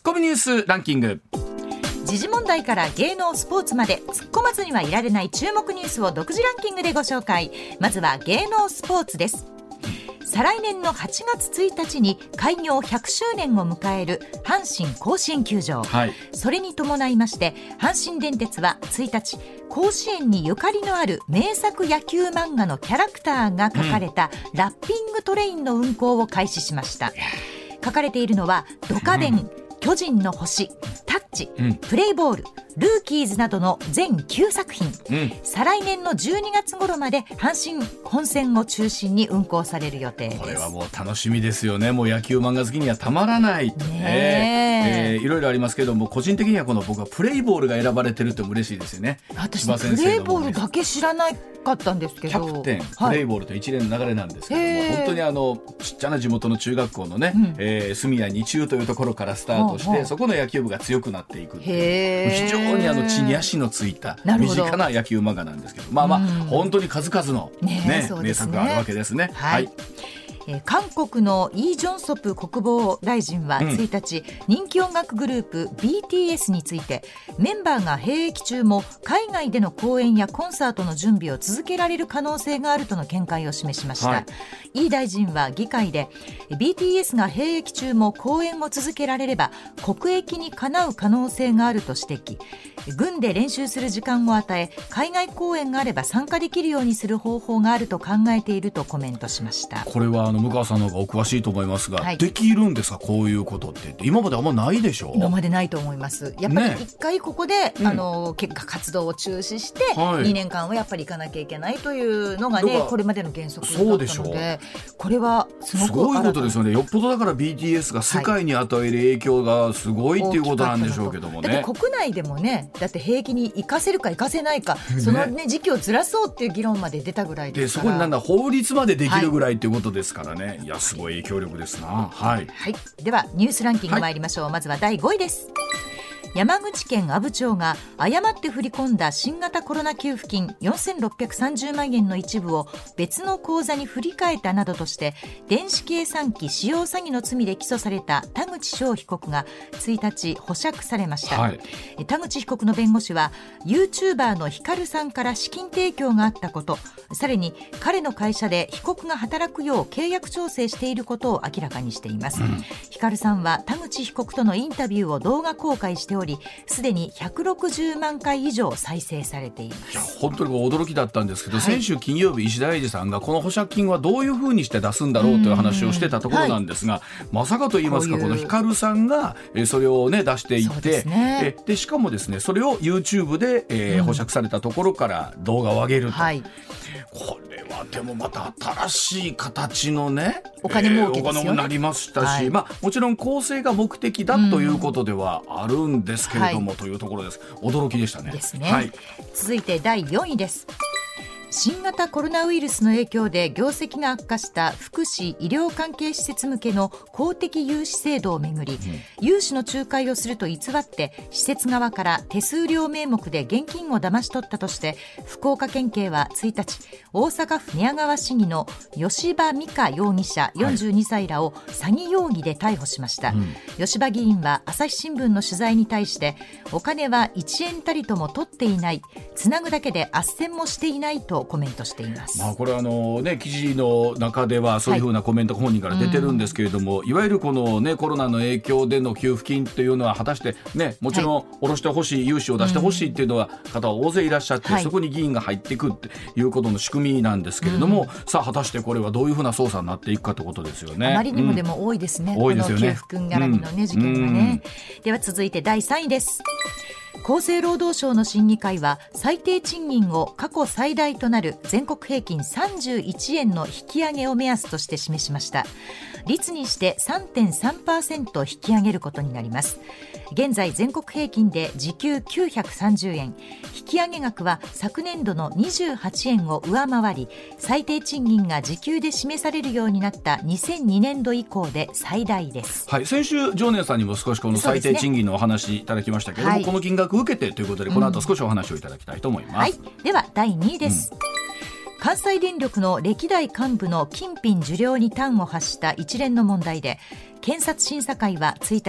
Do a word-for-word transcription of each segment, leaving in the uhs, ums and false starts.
コミニュースランキング。 時事問題から芸能スポーツまで突っ込まずにはいられない注目ニュースを独自ランキングでご紹介。まずは芸能スポーツです。再来年のはちがつついたちに開業ひゃくしゅうねんを迎える阪神甲子園球場、はい、それに伴いまして阪神電鉄はついたち甲子園にゆかりのある名作野球漫画のキャラクターが書かれたラッピングトレインの運行を開始しました。書かれているのはドカベン、うん、巨人の星、タッチ、うん、プレイボール、ルーキーズなどの全きゅうさく品、うん、再来年のじゅうにがつ頃まで阪神本線を中心に運行される予定です。 これはもう楽しみですよね。もう野球漫画好きにはたまらない、ねえー、いろいろありますけども、個人的にはこの僕はプレイボールが選ばれてるって嬉しいですよね。 私プレイボールだけ知らないかったんですけど、 キャプテン、はい、プレイボールと一連の流れなんですけども、本当にあのちっちゃな地元の中学校のね、うん、えー、住谷二中というところからスタートして、はあ、そこの野球部が強くなっていくっていう非常にあの地に足のついた身近な野球漫画なんですけど、まあまあ、うん、本当に数々の、ねね、名作があるわけですね。 はい、はい。韓国のイ・ジョンソプ国防大臣はついたち、うん、人気音楽グループ ビーティーエス についてメンバーが兵役中も海外での公演やコンサートの準備を続けられる可能性があるとの見解を示しました。はい、イ大臣は議会で ビーティーエス が兵役中も公演を続けられれば国益にかなう可能性があると指摘。軍で練習する時間を与え海外公演があれば参加できるようにする方法があると考えているとコメントしました。 これはあの向川さんの方がお詳しいと思いますが、はい、できるんですかこういうことって今まであんまないでしょ。 今までないと思います。やっぱり一回ここで、ね、あの結果活動を中止して、はい、にねんかんはやっぱり行かなきゃいけないというのがねこれまでの原則だったの で, でこれはすごくすごいことですよね。よっぽどだから ビーティーエス が世界に与える影響がすごいっていうことなんでしょうけどもね。 だって国内でもねだって兵役に行かせるか行かせないか、ね、その、ね、時期をずらそうっていう議論まで出たぐらいですから、 でそこになんだ法律までできるぐらいっていうことですからね、はい、いやすごい影響力ですな。はい、はい、 ではニュースランキング参りましょう。はい、まずはだいごいです。山口県阿武町が誤って振り込んだ新型コロナ給付金よんせんろっぴゃくさんじゅうまんえんの一部を別の口座に振り替えたなどとして電子計算機使用詐欺の罪で起訴された田口翔被告がついたち保釈されました。はい、田口被告の弁護士は YouTuber のヒカルさんから資金提供があったこと、さらに彼の会社で被告が働くよう契約調整していることを明らかにしています。うん、ヒカルさんは田口被告とのインタビューを動画公開しておりすでにひゃくろくじゅうまんかい以上再生されています。 いや本当に驚きだったんですけど、はい、先週金曜日石田英二さんがこの保釈金はどういうふうにして出すんだろうという話をしてたところなんですが、はい、まさかと言いますかこ, このヒカルさんがえそれを、ね、出していって、ね、えでしかもですねそれを YouTube で、えーうん、保釈されたところから動画を上げると、はい、これはでもまた新しい形のねお金儲けですよね。 えー、お金もなりましたし、はい、まあ、もちろん公正が目的だということではあるんですけれども、うん、というところです。驚きでしたね。 ですね。 はい、 続いてだいよんいです。新型コロナウイルスの影響で業績が悪化した福祉医療関係施設向けの公的融資制度をめぐり、うん、融資の仲介をすると偽って施設側から手数料名目で現金を騙し取ったとして福岡県警はついたち大阪府寝屋川市議の吉羽美香容疑者よんじゅうにさいらを詐欺容疑で逮捕しました。はい、吉羽議員は朝日新聞の取材に対してお金はいちえんたりとも取っていない、つなぐだけで斡旋もしていないとコメントしています。 まあ、これあの、ね、記事の中ではそういうふうなコメントが本人から出てるんですけれども、はい、いわゆるこの、ね、コロナの影響での給付金というのは果たして、ね、もちろん下ろしてほしい、融資を出してほしいっていうのは方は大勢いらっしゃって、はい、そこに議員が入っていくっていうことの仕組みなんですけれども、さあ果たしてこれはどういうふうな捜査になっていくかということですよね。 あまりにもでも多いですね、うん、 多いですよね、 この給付金絡みの、ね、事件がね、うん、では続いてだいさんいです。厚生労働省の審議会は最低賃金を過去最大となる全国平均さんじゅういちえんの引き上げを目安として示しました。率にして さんてんさんパーセント 引き上げることになります。現在全国平均で時給きゅうひゃくさんじゅうえん、引き上げ額は昨年度のにじゅうはちえんを上回り、最低賃金が時給で示されるようになったにせんにねんど以降で最大です。 はい、先週常念さんにも少しこの最低賃金のお話いただきましたけれども、はい、この金額を受けてということでこの後少しお話をいただきたいと思います。うん、はい、 ではだいにいです。うん、関西電力の歴代幹部の金品受領に端を発した一連の問題で検察審査会はついたち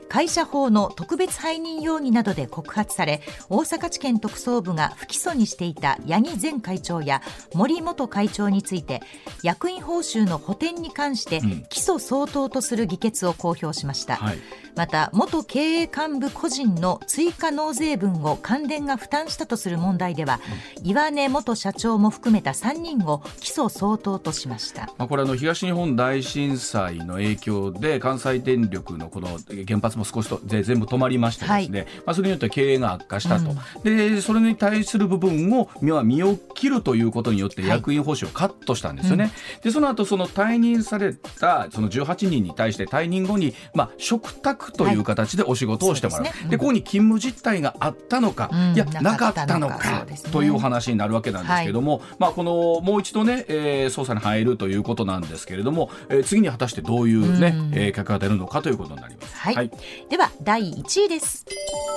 会社法の特別背任容疑などで告発され、大阪地検特捜部が不起訴にしていた八木前会長や森元会長について、役員報酬の補填に関して起訴相当とする議決を公表しました、うん、はい、また元経営幹部個人の追加納税分を関電が負担したとする問題では、うん、岩根元社長も含めたさんにんを起訴相当としました。 まあ、これあの東日本大震災の影響で関西電力のこの原発も少しと全部止まりましてですね、はい、まあ、それによって経営が悪化したと、うん、でそれに対する部分を身を切るということによって役員報酬をカットしたんですよね、はい、うん、でその後その退任されたそのじゅうはちにんに対して退任後に、まあ、嘱託という形でお仕事をしてもらう、はい、 そうですね、うん、でここに勤務実態があったのか、うん、いやなかったのか、ね、という話になるわけなんですけれども、はい、まあ、このもう一度ね、えー、捜査に入るということなんですけれども、えー、次に果たしてどういうね、うん、えー、結果が出るのかということになります、 はいはい、ではだいいちいです。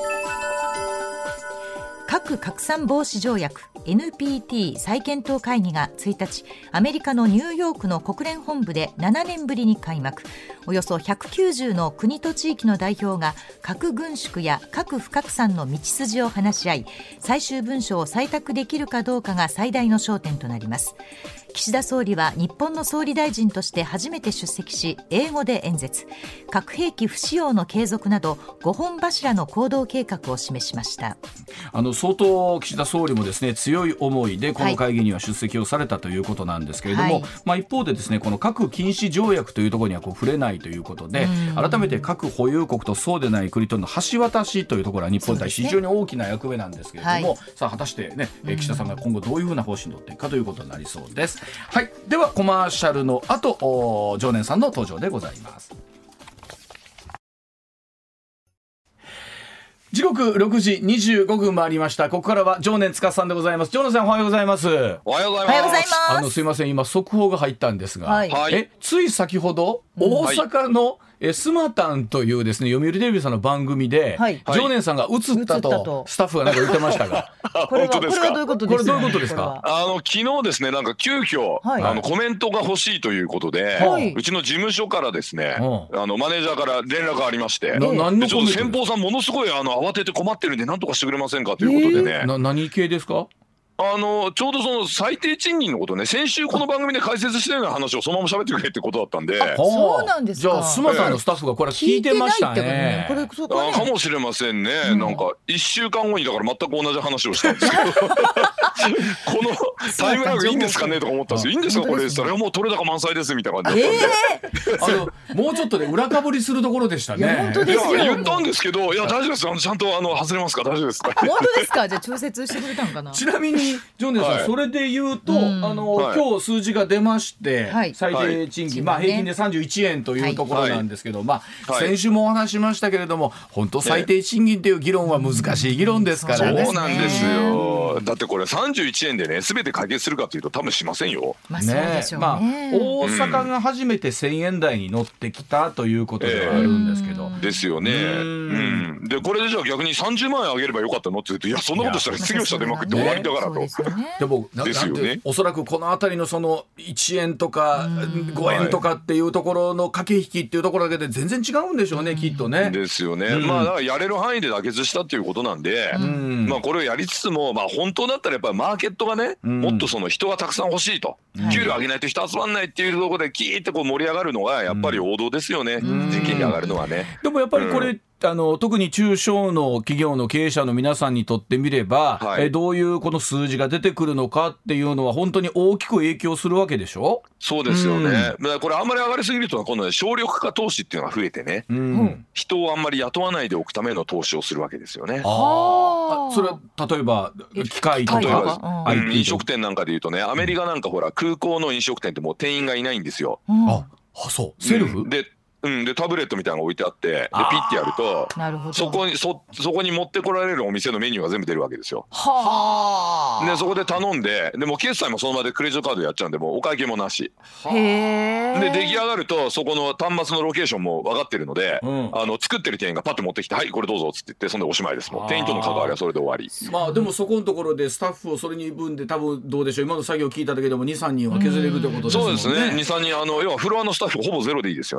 核拡散防止条約 エヌピーティー 再検討会議がついたち、アメリカのニューヨークの国連本部でななねんぶりに開幕。およそひゃくきゅうじゅうの国と地域の代表が核軍縮や核不拡散の道筋を話し合い、最終文書を採択できるかどうかが最大の焦点となります。岸田総理は日本の総理大臣として初めて出席し、英語で演説。核兵器不使用の継続などごほん柱の行動計画を示しました。 あの相当岸田総理もですね、強い思いでこの会議には出席をされたということなんですけれども、はい、まあ、一方でですね、この核禁止条約というところにはこう触れないということで、改めて核保有国とそうでない国との橋渡しというところは日本に対して非常に大きな役目なんですけれども、はい、さあ果たしてね、岸田さんが今後どういうふうな方針を取っていくかということになりそうです。はい、ではコマーシャルの後、常念さんの登場でございます。時刻ろくじにじゅうごふん回りました。ここからは常念司さんでございます。常念さん、おはようございます。 おはようございます。 あのすいません、今速報が入ったんですが、はい、えつい先ほど大阪の、はい、えスマタンというですね、読売テレビさんの番組で、はい、常念さんが映ったとスタッフがなんか言ってましたがこれは本当ですか？これはどういうことですか？ これどういうことですか？ あの昨日ですね、なんか急遽、はい、あのコメントが欲しいということで、はい、うちの事務所からですね、はい、あのマネージャーから連絡がありまして、な何のちょっと先方さんものすごいあの慌てて困ってるんで何とかしてくれませんかということでね、えー、 な何系ですか？ あのちょうどその最低賃金のことね、先週この番組で解説したような話をそのまま喋ってくれってことだったんで。 そうなんですか。 じゃあスマさんのスタッフがこれ聞いてましたね。 これそうかね。 あかもしれませんね、うん、なんかいっしゅうかんごにだから全く同じ話をしたんですけどこのタイムラグいいんですかねとか思ったんですよ。いいんですかこれ、それはもう取れ高満載ですみたいな感じだったんで、 えー、あのもうちょっとで裏かぶりするところでしたね。いや本当ですよ。 いや言ったんですけど、いや大丈夫です、あのちゃんとあの外れますか、大丈夫ですか。 本当ですか。じゃあ調節してくれたのかな。 ちなみにジョンネさん、はい、それで言うと、うん、あの、はい、今日数字が出まして、はい、最低賃金、はい、まあ、平均でさんじゅういちえんというところなんですけど、はい、まあ、はい、先週もお話しましたけれども、本当最低賃金という議論は難しい議論ですからね。 そうなんですよ。だってこれさんじゅういちえんでね全て解決するかというと多分しませんよ。 まあそうでしょうね。まあ、 大阪が初めてせんえん台に乗ってきたということではあるんですけど、 えー、ですよね。うん、でこれでじゃあ逆にさんじゅうまんえんあげればよかったのって言うと、いやそんなことしたら失業者出まくって終わりだからと。 でもなですよね。おそらくこのあたりのそのいちえんとかごえんとかっていうところの駆け引きっていうところだけで全然違うんでしょうね、きっとね。 ですよね。うん、まあだからやれる範囲で妥結したっていうことなんで、うん、まあこれをやりつつも、まあ本当だったらやっぱりマーケットがね、うん、もっとその人がたくさん欲しいと、うん、給料上げないと人集まんないっていうところでキーってこう盛り上がるのがやっぱり王道ですよね、うん、人件費上がるのはね。 でもやっぱりこれ、うんあの特に中小の企業の経営者の皆さんにとってみれば、はい、えどういうこの数字が出てくるのかっていうのは本当に大きく影響するわけでしょ。 そうですよね、うん、だからこれあんまり上がりすぎると今度ね省力化投資っていうのが増えてね、うん、人をあんまり雇わないでおくための投資をするわけですよね。 ああ、それ例えば機械とか例えば、うん、飲食店なんかでいうとね、アメリカなんかほら空港の飲食店ってもう店員がいないんですよ、 うん、ああそうセルフ、 うん、でうん、でタブレットみたいなのが置いてあってでピッてやるとそこに そ, そこに持ってこられるお店のメニューが全部出るわけですよ。はでそこで頼んで、でも決済もその場でクレジットカードやっちゃうんでもうお会計もなし。へで出来上がるとそこの端末のロケーションも分かってるので、うん、あの作ってる店員がパッと持ってきてはいこれどうぞっつって言ってそんでおしまいです。もう店員との関わりはそれで終わり。 まあでもそこのところでスタッフをそれに分で多分どうでしょう、今の作業聞いただけでも にさんにんは削れるってことですもんね。 そうですね、にさんにんあの要はフロアのスタッフほぼゼロでいいですよね。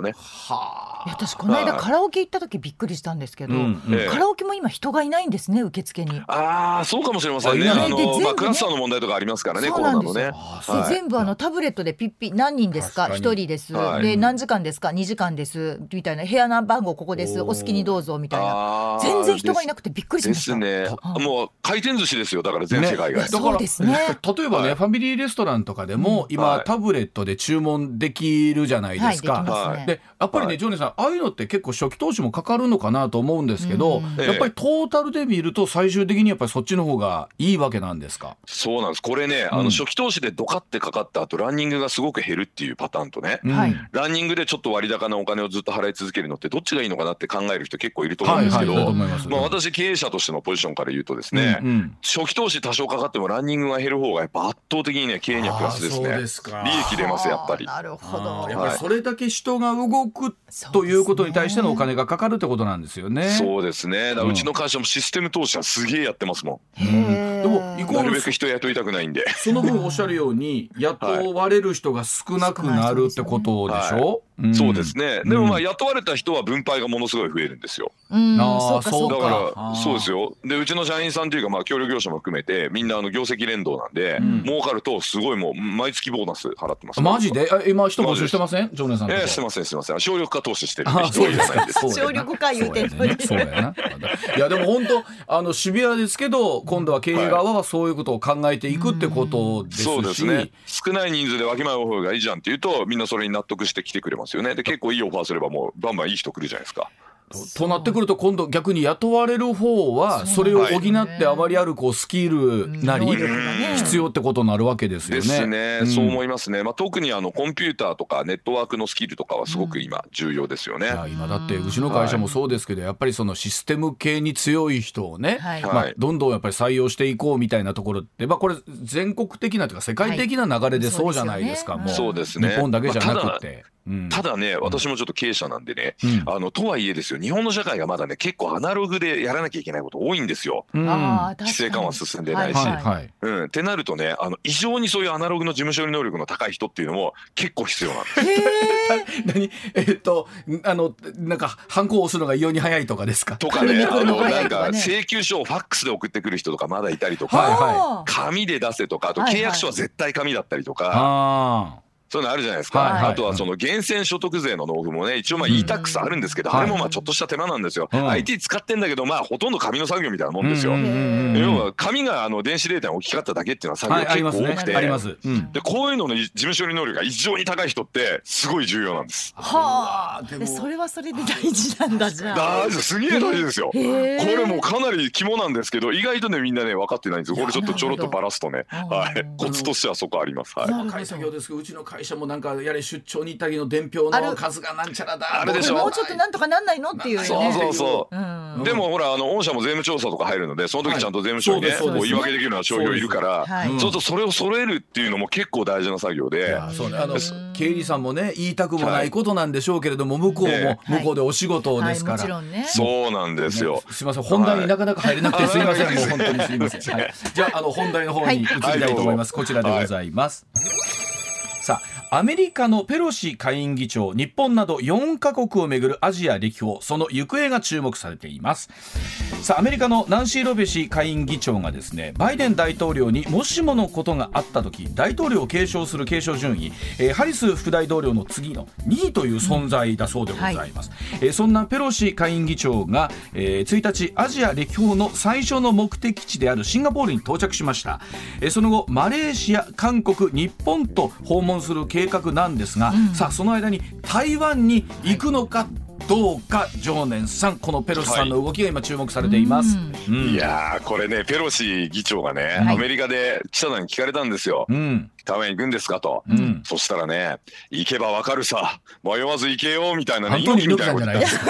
はあ、私この間カラオケ行った時びっくりしたんですけど、うんうん、カラオケも今人がいないんですね、受付に。 ああ、そうかもしれませんね。あの、ね、まあ、クラスターの問題とかありますからね、コロナのね。 で全部あのタブレットでピッピ何人ですか、ひとりです、はい、で何時間ですか、にじかんですみたいな、部屋の番号ここです、お好きにどうぞみたいな、全然人がいなくてびっくりしました。 ですね、もう回転寿司ですよ、だから全世界が、ね、 そうですね。 例えばね、はい、ファミリーレストランとかでも、うん、今、はい、タブレットで注文できるじゃないですか、はい、できますね。でやっぱりね、はい、ジョネさん、ああいうのって結構初期投資もかかるのかなと思うんですけど、うん、やっぱりトータルで見ると最終的にやっぱりそっちの方がいいわけなんですか。 そうなんです。これね、あの初期投資でドカってかかった後、ランニングがすごく減るっていうパターンとね、うん、ランニングでちょっと割高なお金をずっと払い続けるのってどっちがいいのかなって考える人結構いると思うんですけど、はいはい、まあ、私経営者としてのポジションから言うとですね、うんうん、初期投資多少かかってもランニングが減る方がやっぱ圧倒的にね、経営にはプラスですね。ですか。利益出ますやっぱり。 なるほど。 やっぱりそれだけ人が動くということに対してのお金がかかるってことなんですよね。 そうですね。だからうちの会社もシステム投資はすげえやってますもん。うん、 でもイコールなるべく人雇いたくないんで。 その分おっしゃるように雇われる人が少なくなるってことでしょ。はい、 うん、そうですね。でもまあ雇われた人は分配がものすごい増えるんですよ。 うん、ああ、そうか。 だからそうですよ。でうちの社員さんというかまあ協力業者も含めてみんなあの業績連動なんで、うん、儲かるとすごいもう毎月ボーナス払ってます、ね。 マジで？今人募集してません？ジョネさん。 ええ、してませんしてません。省力化投資してるんで人はいらないです。 省力化言うてるのに。 そうやな。いやでも本当あのシビアですけど、今度は経営側はそういうことを考えていくってことですし、 そうですね。少ない人数でわきまえの方がいいじゃんって言うとみんなそれに納得して来てくれますよね。で結構いいオファーすればもうバンバンいい人来るじゃないですか。 となってくると今度逆に雇われる方はそれを補ってあまりあるこうスキルなり必要ってことになるわけですよね。 ですね、うん、そう思いますね。まあ、特にあのコンピューターとかネットワークのスキルとかはすごく今重要ですよね。うん、いや今だってうちの会社もそうですけど、やっぱりそのシステム系に強い人をね、はい、まあ、どんどんやっぱり採用していこうみたいなところって、まあ、これ全国的なというか世界的な流れでそうじゃないですか。はい、もうそうですね。 日本だけじゃなくて。 うん、ただね、私もちょっと経営者なんでね、うん、あのとはいえですよ、日本の社会がまだね結構アナログでやらなきゃいけないこと多いんですよ。うん、規制緩和進んでないし、はいはい、うん、ってなるとね、あの異常にそういうアナログの事務処理能力の高い人っていうのも結構必要なんです。 何えー、っとあのなんかハンコを押すのが異様に早いとかですか？ とかね、あのなんか請求書をファックスで送ってくる人とかまだいたりとか、はいはい、紙で出せとか、あと契約書は絶対紙だったりとか。はいはい、そういうのあるじゃないですか。はいはい、あとはその源泉所得税の納付もね、一応まあ イータックス あるんですけど、うん、あれもまあちょっとした手間なんですよ。うん、アイティー 使ってんだけど、まあほとんど紙の作業みたいなもんですよ。要は紙があの電子データに置き換わっただけっていうのは作業結構多くて、はいねうん、でこういうのの事務処理能力が異常に高い人ってすごい重要なんです。 はあ。でそれはそれで大事なんだじゃあ。 大事、すげえ大事ですよ。これもうかなり肝なんですけど、意外とねみんなね分かってないんですよ。これちょっとちょろっとバラすとね、はい、コツとしてはそこあります。はい。 細かい作業ですけど、うちの会社もなんかやれ出張に行った時の伝票の数がなんちゃらだ、 あれでしょ、 もうちょっとなんとかなんないのっていうね。 そうそうそう、うん、でもほらあの御社も税務調査とか入るので、その時ちゃんと税務署にね、はい、こう言い訳できるような商標いるから、そうするとそれを揃えるっていうのも結構大事な作業で、 そうね、あの経理さんもね言いたくもないことなんでしょうけれども、はい、向こうも向こうでお仕事ですから、はいはいね、 そうなんですよ、 ね、すいません本題になかなか入れなくてすいません、はい、もう本当にすいません、はい、じゃあ、あの本題の方に移りたいと思います、はい、こちらでございます、はい。さあアメリカのペロシ下院議長、日本などよんカ国をめぐるアジア歴訪、その行方が注目されています。さあアメリカのナンシー・ロペ氏下院議長がですね、バイデン大統領にもしものことがあった時大統領を継承する継承順位、えー、ハリス副大統領の次のにいという存在だそうでございます、うんはい、えー、そんなペロシ下院議長が、えー、ついたちアジア歴訪の最初の目的地であるシンガポールに到着しました、えー、その後マレーシア、韓国、日本と訪問する計画なんですが、うん、さあその間に台湾に行くのか、はいどうか、常念さん、このペロシさんの動きが今注目されています、はい、うん、 いやーこれねペロシ議長がね、はい、アメリカで記者団に聞かれたんですよ、うん、台湾に行くんですかと、うん、そしたらね行けばわかるさ迷わず行けよみたいなね、 猪木みたいなこと言った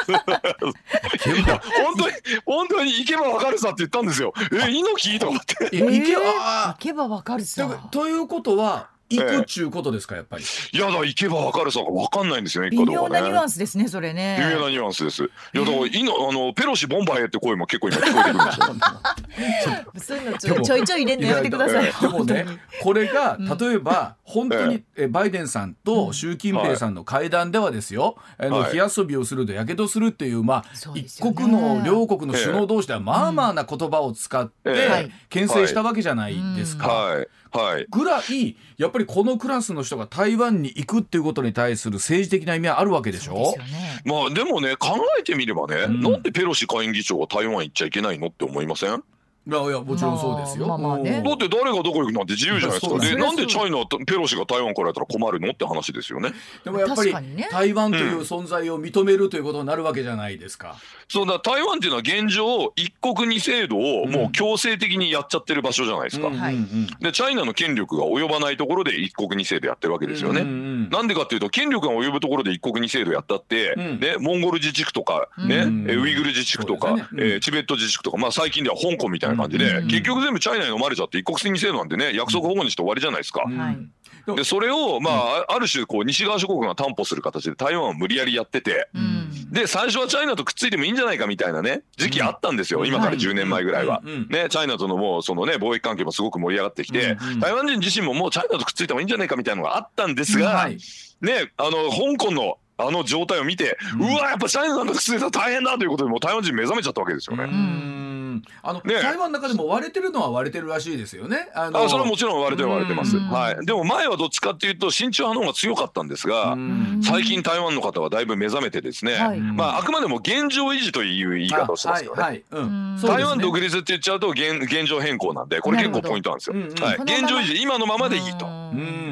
本当に本当に行けばわかるさって言ったんですよ。え猪木と思って、 えー、行けば行けばわかるさということは行くっちゅうことですか、やっぱり。 いやだ行けば分かるさが分かんないんですよね。 微妙なニュアンスですね、それね。 微妙なニュアンスです。いやだからいのあのペロシボンバイって声も結構今聞こえてくるんですよ。 そういうのちょちょいちょい入れるのやめてください。 でもね、これが例えば本当にえバイデンさんと習近平さんの会談ではですよ、あの火遊びをするとやけどするっていう、まあ一国の両国の首脳同士ではまあまあな言葉を使って牽制したわけじゃないですか。 はいはい、 ぐらいやっぱりこのクラスの人が台湾に行くっていうことに対する政治的な意味はあるわけでしょ。 そうですよね。 まあでもね、考えてみればね、うん、なんでペロシ下院議長が台湾行っちゃいけないのって思いません？ いやいやもちろんそうですよ、 まあまあまあね、 だって誰がどこ行くなんて自由じゃないですか。でなんでチャイナペロシが台湾からやったら困るのって話ですよね。 でもやっぱり、ね、台湾という存在を認めるということになるわけじゃないですか、うん、 そうだ、台湾っていうのは現状一国二制度をもう強制的にやっちゃってる場所じゃないですか、うんうんうん、でチャイナの権力が及ばないところで一国二制度やってるわけですよね、うんうん、なんでかっていうと権力が及ぶところで一国二制度やったって、うん、ね、モンゴル自治区とか、ね、うん、ウイグル自治区とか、ね、うん、えー、チベット自治区とか、まあ、最近では香港みたいな感じで、うん、結局全部チャイナに飲まれちゃって一国二制度なんでね、約束保護にして終わりじゃないですか、うん、でそれをまあ、うん、ある種こう西側諸国が担保する形で台湾を無理やりやってて、うん、で最初はチャイナとくっついてもいいんじゃないかみたいなね時期あったんですよ、うん、今からじゅうねんまえぐらいは、うん、ね、チャイナとのもうそのね貿易関係もすごく盛り上がってきて、うん、台湾人自身ももうチャイナとくっついてもいいんじゃないかみたいなのがあったんですが、うん、はい、ね、あの香港のあの状態を見て、うん、うわやっぱチャイナなんかくっついたら大変だということでもう台湾人目覚めちゃったわけですよね。うん、 あのね、台湾の中でも割れてるのは割れてるらしいですよね。 あのあそれはもちろん割れてる割れてます、はい、でも前はどっちかっていうと親中派の方が強かったんですが、最近台湾の方はだいぶ目覚めてですね、はい、まあ、あくまでも現状維持という言い方をしてますよね、はいはい、うん、台湾独立って言っちゃうと 現, 現状変更なんでこれ結構ポイントなんですよ、はい、現状維持今のままでいいと、うん、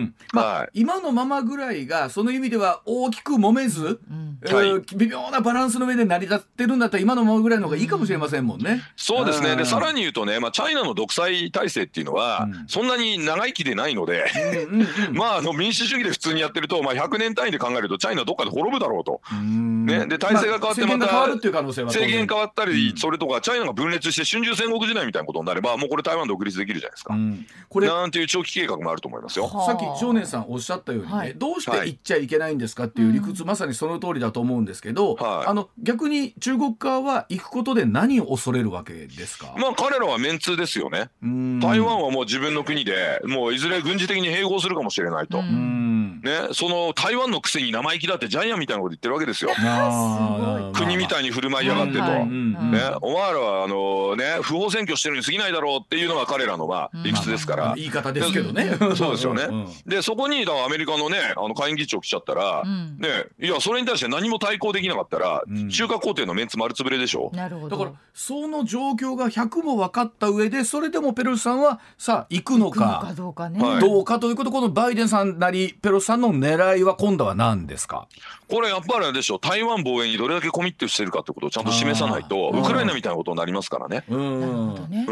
まあ、はい、今のままぐらいがその意味では大きく揉めず、うん、えーはい、微妙なバランスの上で成り立ってるんだったら今のままぐらいの方がいいかもしれませんもんね。 そうですね。でさらに言うとね、まあ、チャイナの独裁体制っていうのは、うん、そんなに長生きでないのでまああの民主主義で普通にやってると、まあ、ひゃくねん単位で考えるとチャイナどっかで滅ぶだろうと、ね、で体制が変わってまた、まあ、政権変わったり、うん、それとかチャイナが分裂して春秋戦国時代みたいなことになればもうこれ台湾独立できるじゃないですか、うん、これなんていう長期計画もあると思いますよ。 さっき少年さんおっしゃったようにね、はい、どうして行っちゃいけないんですかっていう理屈、はい、まさにその通りだと思うんですけど、はい、あの逆に中国側は行くことで何を恐れるわけですか。 まあ彼らはメンツですよね。台湾はもう自分の国でもういずれ軍事的に併合するかもしれないと、ね、その台湾のくせに生意気だってジャイアンみたいなこと言ってるわけですよ国みたいに振る舞いやがってと、はい、ね、お前らはあの、ね、不法占拠してるに過ぎないだろうっていうのが彼らのまあ理屈ですから、まあまあ、 言い方ですけどねそうですよね、うんうん、でそこにだからアメリカのねあの下院議長来ちゃったら、うん、ね、いやそれに対して何も対抗できなかったら、うん、中華皇帝のメンツ丸つぶれでしょ。 なるほど。 だからその状況がひゃくも分かった上でそれでもペロシさんはさあ行くのか、 行くのかどうかね、 はい、どうかということ、このバイデンさんなりペロシさんの狙いは今度は何ですか。 これやっぱりあれでしょ、台湾防衛にどれだけコミットしてるかってことをちゃんと示さないとウクライナみたいなことになりますからね。うん、なるほどね、うん、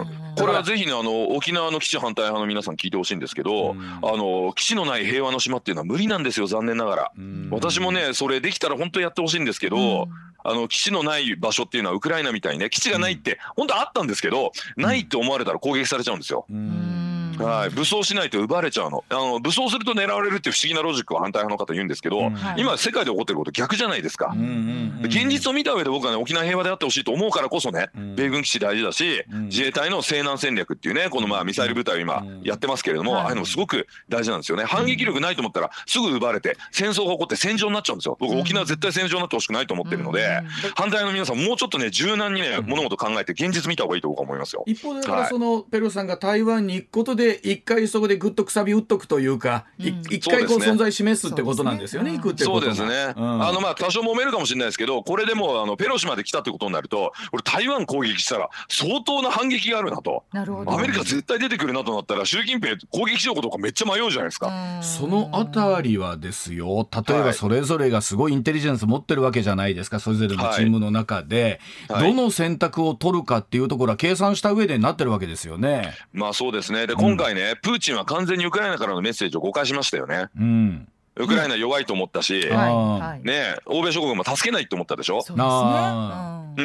これはぜひねあの沖縄の基地反対派の皆さん聞いてほしいんですけど、うん、あの基地のない平和の島っていうのは無理なんですよ、残念ながら、うん、私もねそれできたら本当にやってほしいんですけど、うん、あの基地のない場所っていうのはウクライナみたいにね基地がないって本当はあったんですけど、うん、ないって思われたら攻撃されちゃうんですよ、うん、はい、武装しないと奪われちゃうの。あの武装すると狙われるっていう不思議なロジックを反対派の方言うんですけど、うん、今世界で起こってること逆じゃないですか、うんうんうん、現実を見た上で僕はね沖縄平和であってほしいと思うからこそね、うん、米軍基地大事だし、うん、自衛隊の西南戦略っていうねこのまあミサイル部隊を今やってますけれども、うん、ああいうのもすごく大事なんですよね。反撃力ないと思ったらすぐ奪われて戦争が起こって戦場になっちゃうんですよ。僕沖縄絶対戦場になってほしくないと思ってるので、うん、反対の皆さんもうちょっとね柔軟にね、うん、物事考えて現実見た方がいいと僕は思いますよ。 一方でだからその、はい、ペロシさんが台湾に行くことで一回そこでぐっとくさび打っとくというか、うん、一回こう存在示すってことなんですよね、行くってことが。 そうですね、うん、あのまあ多少揉めるかもしれないですけど、これでもあのペロシまで来たってことになるとこれ台湾攻撃したら相当な反撃があるなと。なるほど。アメリカ絶対出てくるなとなったら習近平攻撃しようかどうかめっちゃ迷うじゃないですか。 そのあたりはですよ、例えばそれぞれがすごいインテリジェンス持ってるわけじゃないですか、それぞれのチームの中で、はいはい、どの選択を取るかっていうところは計算した上でなってるわけですよね。 まあそうですね。で今回ね、うん、プーチンは完全にウクライナからのメッセージを誤解しましたよね、うん、ウクライナ弱いと思ったし、うん、ね、欧米諸国も助けないと思ったでしょ。そうですね、うん、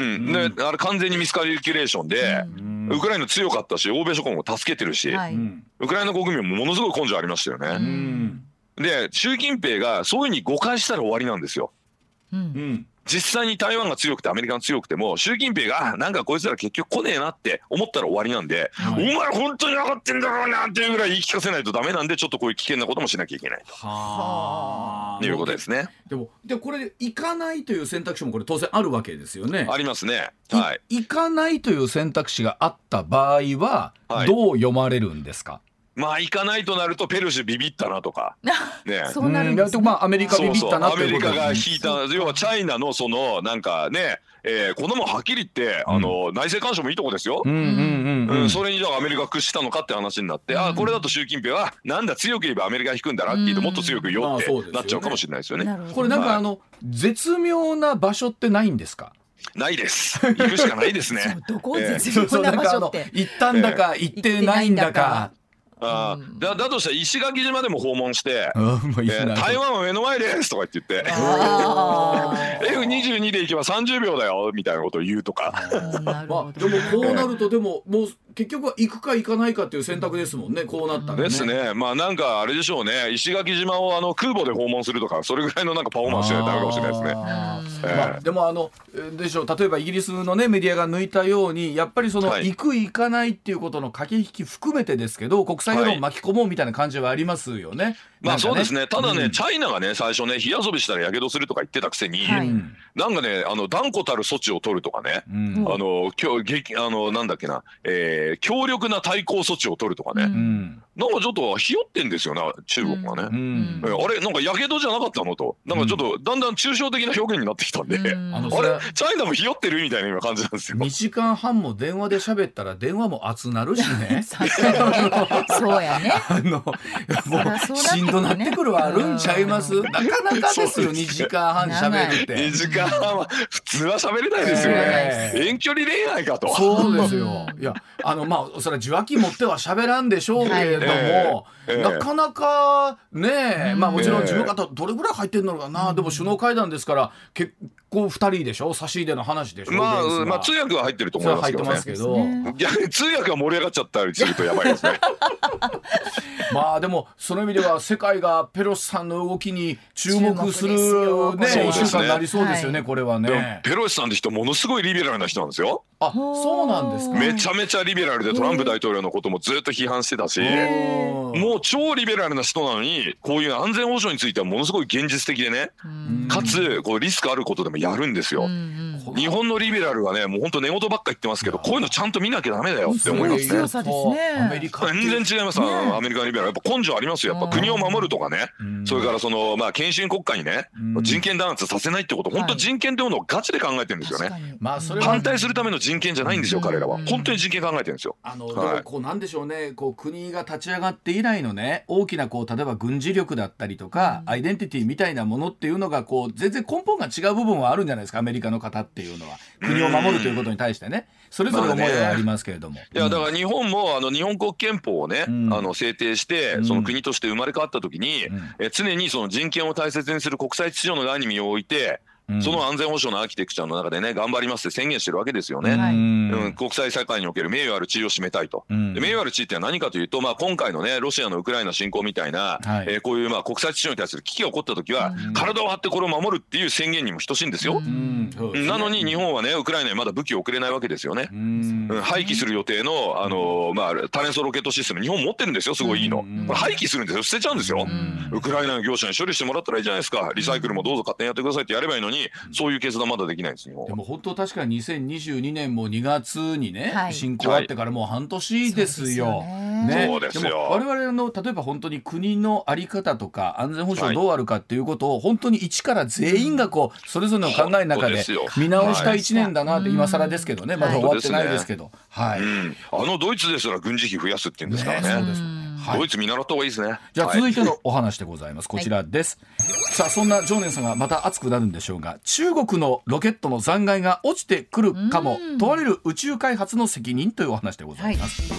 であれ完全にミスカリキュレーションで、うん、ウクライナ強かったし欧米諸国も助けてるし、はい、ウクライナ国民もものすごい根性ありましたよね、うん、で習近平がそういう風に誤解したら終わりなんですよ、うん、 実際に台湾が強くてアメリカが強くても習近平がなんかこいつら結局来ねえなって思ったら終わりなんで、はい、お前本当に上がってんだろうなっていうぐらい言い聞かせないとダメなんで、ちょっとこういう危険なこともしなきゃいけないとはいうことですね。 でもでこれ行かないという選択肢もこれ当然あるわけですよね。 ありますね。はい、 行かないという選択肢があった場合はどう読まれるんですか？はい、 まあ行かないとなるとペロシビビったなとか、 ね、そうなるんですね。 まあアメリカビビったなということで、 そうそうアメリカが引いた、要はチャイナのそのなんかね、えー、このもはっきり言って、うん、あの内政干渉もいいとこですよ。それにじゃあアメリカ屈したのかって話になって、うん、あこれだと習近平はなんだ強ければアメリカ引くんだなって言って、もっと強く言おうってなっちゃうかもしれないですよね。 これなんかあの、はい、絶妙な場所ってないんですか？ ないです。行くしかないですね。 どこ絶妙な場所って、 行ったんだか、えー、行ってないんだか。 あうん、だ, だとしたら石垣島でも訪問して、うんまあいいえー、台湾は目の前ですとか言って言ってエフにじゅうに で行けばさんじゅうびょうだよみたいなことを言うとかまあ、でもこうなるとでももう結局は行くか行かないかっていう選択ですもんね、こうなったらね。 ですね。まあなんかあれでしょうね、石垣島をあの空母で訪問するとか、それぐらいのなんかパフォーマンスしないとダメかもしれないですね。 あ、えーまあ、でもあのでしょう、例えばイギリスのねメディアが抜いたように、やっぱりその、はい、行く行かないっていうことの駆け引き含めてですけど、国際世論を巻き込もうみたいな感じはありますよね。はい、 まあそうですね。ただね、うん、チャイナがね最初ね火遊びしたらやけどするとか言ってたくせに、はい、なんかねあの断固たる措置を取るとかね、うん、あのきょ激あのなんだっけな、えー、強力な対抗措置を取るとかね、うん、なんかちょっとひよってんですよね中国がね、うんうん、あれなんかやけどじゃなかったのと、なんかちょっとだんだん抽象的な表現になってきたんで、うん、あれチャイナもひよってるみたいな今感じなんですよ。 にじかんはんも電話で喋ったら電話も熱なるしねそうやねあのもうしんどなってくるはあるんちゃいます？なかなかですよにじかんはん喋るってにじかんはんは普通は喋れないですよね、えー、遠距離恋愛かと。 そうですよ。いやあのまあそれは受話器持っては喋らんでしょうけれども、えーえー、なかなかね、まあもちろん自分方どれぐらい入ってるのかな、でも首脳会談ですから結構ふたりでしょ、差し入れの話でしょ。 まあ、まあ通訳は入ってると思いますけどね。入ってますけど、逆に通訳が盛り上がっちゃったりするとやばいですねまあでもその意味では世界がペロシさんの動きに注目するねいっしゅうかんになりそうですよね、はい、これはね。 ペロシさんって人ものすごいリベラルな人なんですよ。 あ、そうなんですか。 めちゃめちゃリベラルでトランプ大統領のこともずっと批判してたし、もう超リベラルな人なのにこういう安全保障についてはものすごい現実的でね、かつこうリスクあることでもやるんですよ。日本のリベラルはねもう本当寝言ばっか言ってますけど、こういうのちゃんと見なきゃダメだよって思いますね。 強さですね。 アメリカ全然違います、ね、アメリカのリベラルやっぱ根性ありますよ。やっぱ国を守るとかね、それからそのまあ権威主義国家にね人権弾圧させないってこと、本当人権ってものをガチで考えてるんですよね。まあそれは反対するための人権じゃないんですよ、彼らは本当に人権考えてるんですよ。 あの、はい、こうなんでしょうね、こう国が立ち上がって以来のね大きなこう例えば軍事力だったりとか、うん、アイデンティティみたいなものっていうのがこう全然根本が違う部分はあるんじゃないですか、アメリカの方っていうのは国を守るということに対してね、それぞれ思いはありますけれども、まあね、 いやだから日本もあの日本国憲法をね、うん、あの制定して、うん、その国として生まれ変わった時に、うん、え常にその人権を大切にする国際秩序の欄に身を置いて、その安全保障のアーキテクチャの中でね頑張りますって宣言してるわけですよね、はい、うん、国際社会における名誉ある地位を占めたいと、うん、で名誉ある地位って何かというと、まあ、今回のねロシアのウクライナ侵攻みたいな、はい、えー、こういうまあ国際秩序に対する危機が起こった時は、うん、体を張ってこれを守るっていう宣言にも等しいんですよ、うん、そうですね。なのに日本はねウクライナにまだ武器を送れないわけですよね、うん、廃棄する予定の、あのーまあ、多連装ロケットシステム日本持ってるんですよ、すごいいいの、うん、これ廃棄するんですよ、捨てちゃうんですよ、うん、ウクライナの業者に処理してもらったらいいじゃないですか、リサイクルもどうぞ勝手にやってくださいってやればいいのに、うん、そういうケースまだできないんですよ。 でも本当確かににせんにじゅうにねんもにがつにね、はい、侵攻あってからもう半年ですよ。 そうですよ。 でも我々の例えば本当に国の在り方とか安全保障どうあるかっていうことを、はい、本当に一から全員がこうそれぞれの考えの中で見直したいちねんだなって、はい、今更ですけどね、まだ終わってないですけど、はい、うん、 あのドイツですら軍事費増やすって言うんですからね。ね、そうですね。はい、ドイツ見習った方がいいですね。 じゃあ続いてのお話でございます、はい、こちらです、はい、さあそんな常念さんがまた熱くなるんでしょうが、中国のロケットの残骸が落ちてくるかも問われる宇宙開発の責任というお話でございます、はい。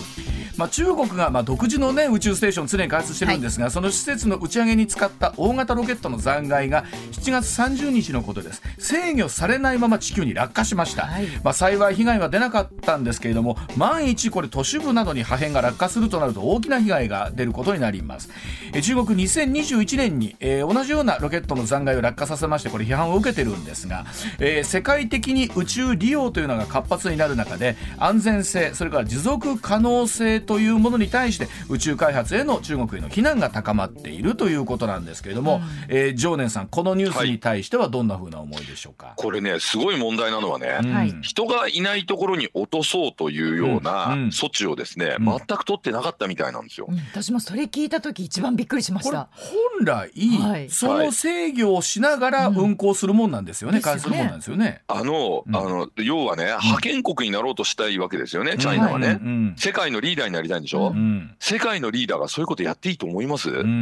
まあ、中国がまあ独自の、ね、宇宙ステーションを常に開発してるんですが、はい、その施設の打ち上げに使った大型ロケットの残骸がしちがつさんじゅうにちのことです。制御されないまま地球に落下しました、はい。まあ、幸い被害は出なかったんですけれども、万一これ都市部などに破片が落下するとなると大きな被害が出ることになります。え中国にせんにじゅういちねんに、えー、同じようなロケットの残骸を落下させまして、これ批判を受けてるんですが、えー、世界的に宇宙利用というのが活発になる中で、安全性それから持続可能性というものに対して宇宙開発への中国への非難が高まっているということなんですけれども、うん、えー、常念さん、このニュースに対してはどんなふうな思いでしょうか。はい、これね、すごい問題なのはね、うん、人がいないところに落とそうというような措置をですね、うんうん、全く取ってなかったみたいなんですよ、 うん、私もそれ聞いた時一番びっくりしました。 本来、はい、その制御をしながら運行するもんなんですよね、うん、開発するもんなんですよね。 あの、うん、あの要はね、覇権国になろうとしたいわけですよね、チャイナはね、はい、うん、世界のリーダーになりたいんでしょ、うん、世界のリーダーがそういうことやっていいと思います、うんうんうん、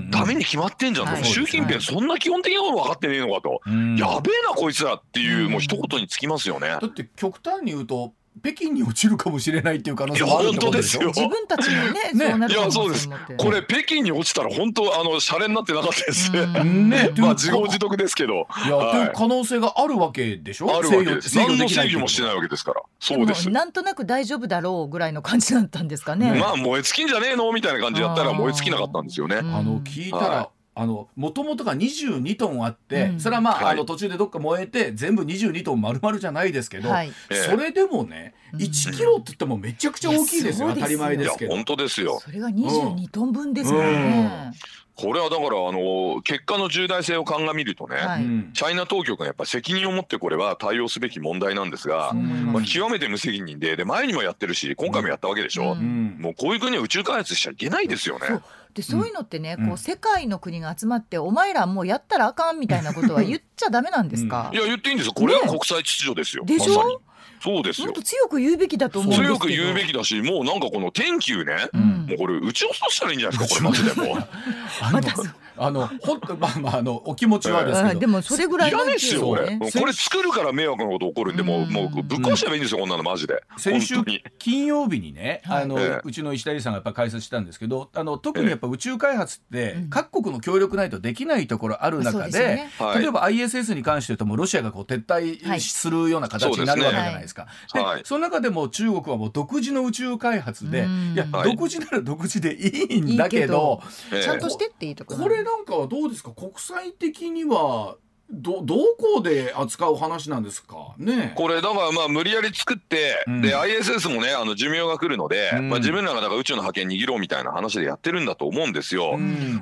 ダメに決まってんじゃん、はい、習近平そんな基本的なこと分かってねえのかと、うん、やべえなこいつらっていう、うん、もう一言につきますよね。 だって極端に言うと北京に落ちるかもしれないっていう可能性もあるってことでしょ。 いや本当ですよ。自分たちもね、ね、そうなるかもしれない。いやそうです。 これ北京に落ちたら本当あのシャレになってなかったですね。まあ自業自得ですけど。 いや、はい、という可能性があるわけでしょ。 あるわけです。何の制御もしてないわけですから。そうです。 なんとなく大丈夫だろうぐらいの感じだったんですかね。 まあ燃え尽きんじゃねえのみたいな感じだったら燃え尽きなかったんですよね。あの聞いたら。はい、あの元々がにじゅうにトンあって、うん、それはまあ、はい、あの途中でどっか燃えて全部にじゅうにトン丸々じゃないですけど、はい、それでもね、いちキロって言ってもめちゃくちゃ大きいですよ、当たり前ですけど。 いや本当ですよ。 それがにじゅうにトンぶんですからね、 うん、これはだからあの結果の重大性を鑑みるとね、はい、チャイナ当局がやっぱ責任を持ってこれは対応すべき問題なんですが、まあ、極めて無責任で、で前にもやってるし今回もやったわけでしょ、うん、もうこういう国は宇宙開発しちゃいけないですよね。 でそういうのってね、うん、こう世界の国が集まってお前らもうやったらあかんみたいなことは言っちゃダメなんですか。 うん、いや言っていいんですよ。これは国際秩序ですよ、 ね、でしょ、 まさにそうですよ。 もっと強く言うべきだと思うんですけど。 強く言うべきだし、もうなんかこの天球ね、うん、もうこれ撃ち落としたらいいんじゃないですか、これマジでもうまたあの本当まあまああのお気持ちはですけど、えー、 でもそれぐらい嫌ですよこれ。これ作るから迷惑なこと起こるんで、もうもうぶっ壊しちゃえばいいんですよ、こんなのマジで。 先週金曜日にね、あの、えー、うちの石田さんがやっぱ解説したんですけど、あの特にやっぱ宇宙開発って各国の協力ないとできないところある中で、ね、例えば アイエスエス に関して言うともうロシアがこう撤退するような形になるわけじゃないですか。で、はい、その中でも中国はもう独自の宇宙開発で、いや、はい、独自なら独自でいいんだけど、 いいけどちゃんとしてっていいところ。 これなんかはどうですか、国際的にはど, どこで扱う話なんですかね。 これだからまあ無理やり作って、うん、で アイエスエス もねあの寿命が来るので、うん、まあ、自分らがだから宇宙の覇権握ろうみたいな話でやってるんだと思うんですよ、うん、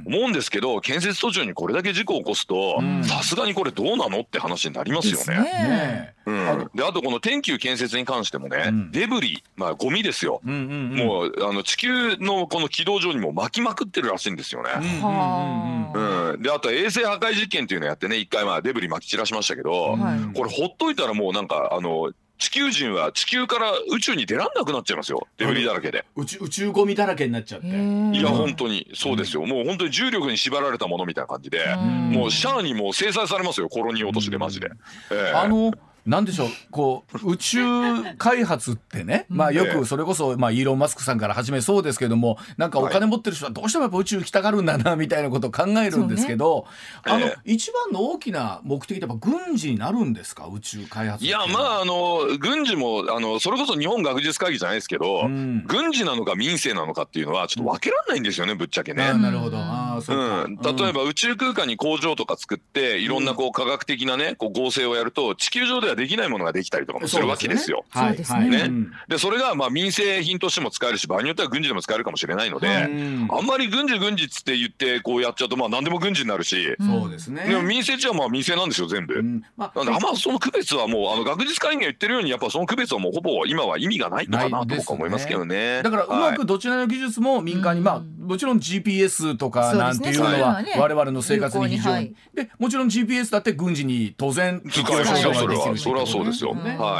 思うんですけど、建設途中にこれだけ事故を起こすとさすがにこれどうなのって話になりますよね。ね、うん、であとこの天球建設に関してもね、うん、デブリ、まあ、ゴミですよ、うんうんうん、もうあの地球のこの軌道上にも巻きまくってるらしいんですよね。うん、であと衛星破壊実験っていうのをやってね、一回まあデブリ撒き散らしましたけど、はい、これほっといたらもうなんかあの地球人は地球から宇宙に出らんなくなっちゃいますよ、デブリだらけで。 宇宙、宇宙ゴミだらけになっちゃって。 いや本当にそうですよ、うん、もう本当に重力に縛られたものみたいな感じで、もうシャアにもう制裁されますよ、コロニー落としでマジで。えー、 あのなんでしょう、こう宇宙開発ってね、まあよくそれこそまあイーロン・マスクさんから始めそうですけども、なんかお金持ってる人はどうしてもやっぱ宇宙行きたがるんだなみたいなことを考えるんですけど、ね、あの、えー、一番の大きな目的ってやっぱ軍事になるんですか、宇宙開発って。 いやまああの軍事もあのそれこそ日本学術会議じゃないですけど、うん、軍事なのか民生なのかっていうのはちょっと分けられないんですよね、ぶっちゃけね。 なるほど。あそうか、 うん、例えば宇宙空間に工場とか作っていろんなこう科学的なねこう合成をやると地球上ではできないものができたりとかもするわけですよ。 そうですね。 ね、でそれがまあ民生品としても使えるし、場合によっては軍事でも使えるかもしれないので、あんまり軍事軍事っつって言ってこうやっちゃうとまあ何でも軍事になるし、 そうですね。 でも民生地はまあ民生なんですよ全部。うん、まあ、なんであんまその区別はもうあの学術会議が言ってるようにやっぱその区別はもうほぼ今は意味がないのかなと僕は思いますけどね。 だからうまくどちらの技術も民間に、まあもちろん ジーピーエス とかなんていうのは我々の生活に非常に、でもちろん ジーピーエス だって軍事に当然使えますよ、それはそれはそうですよ。はい。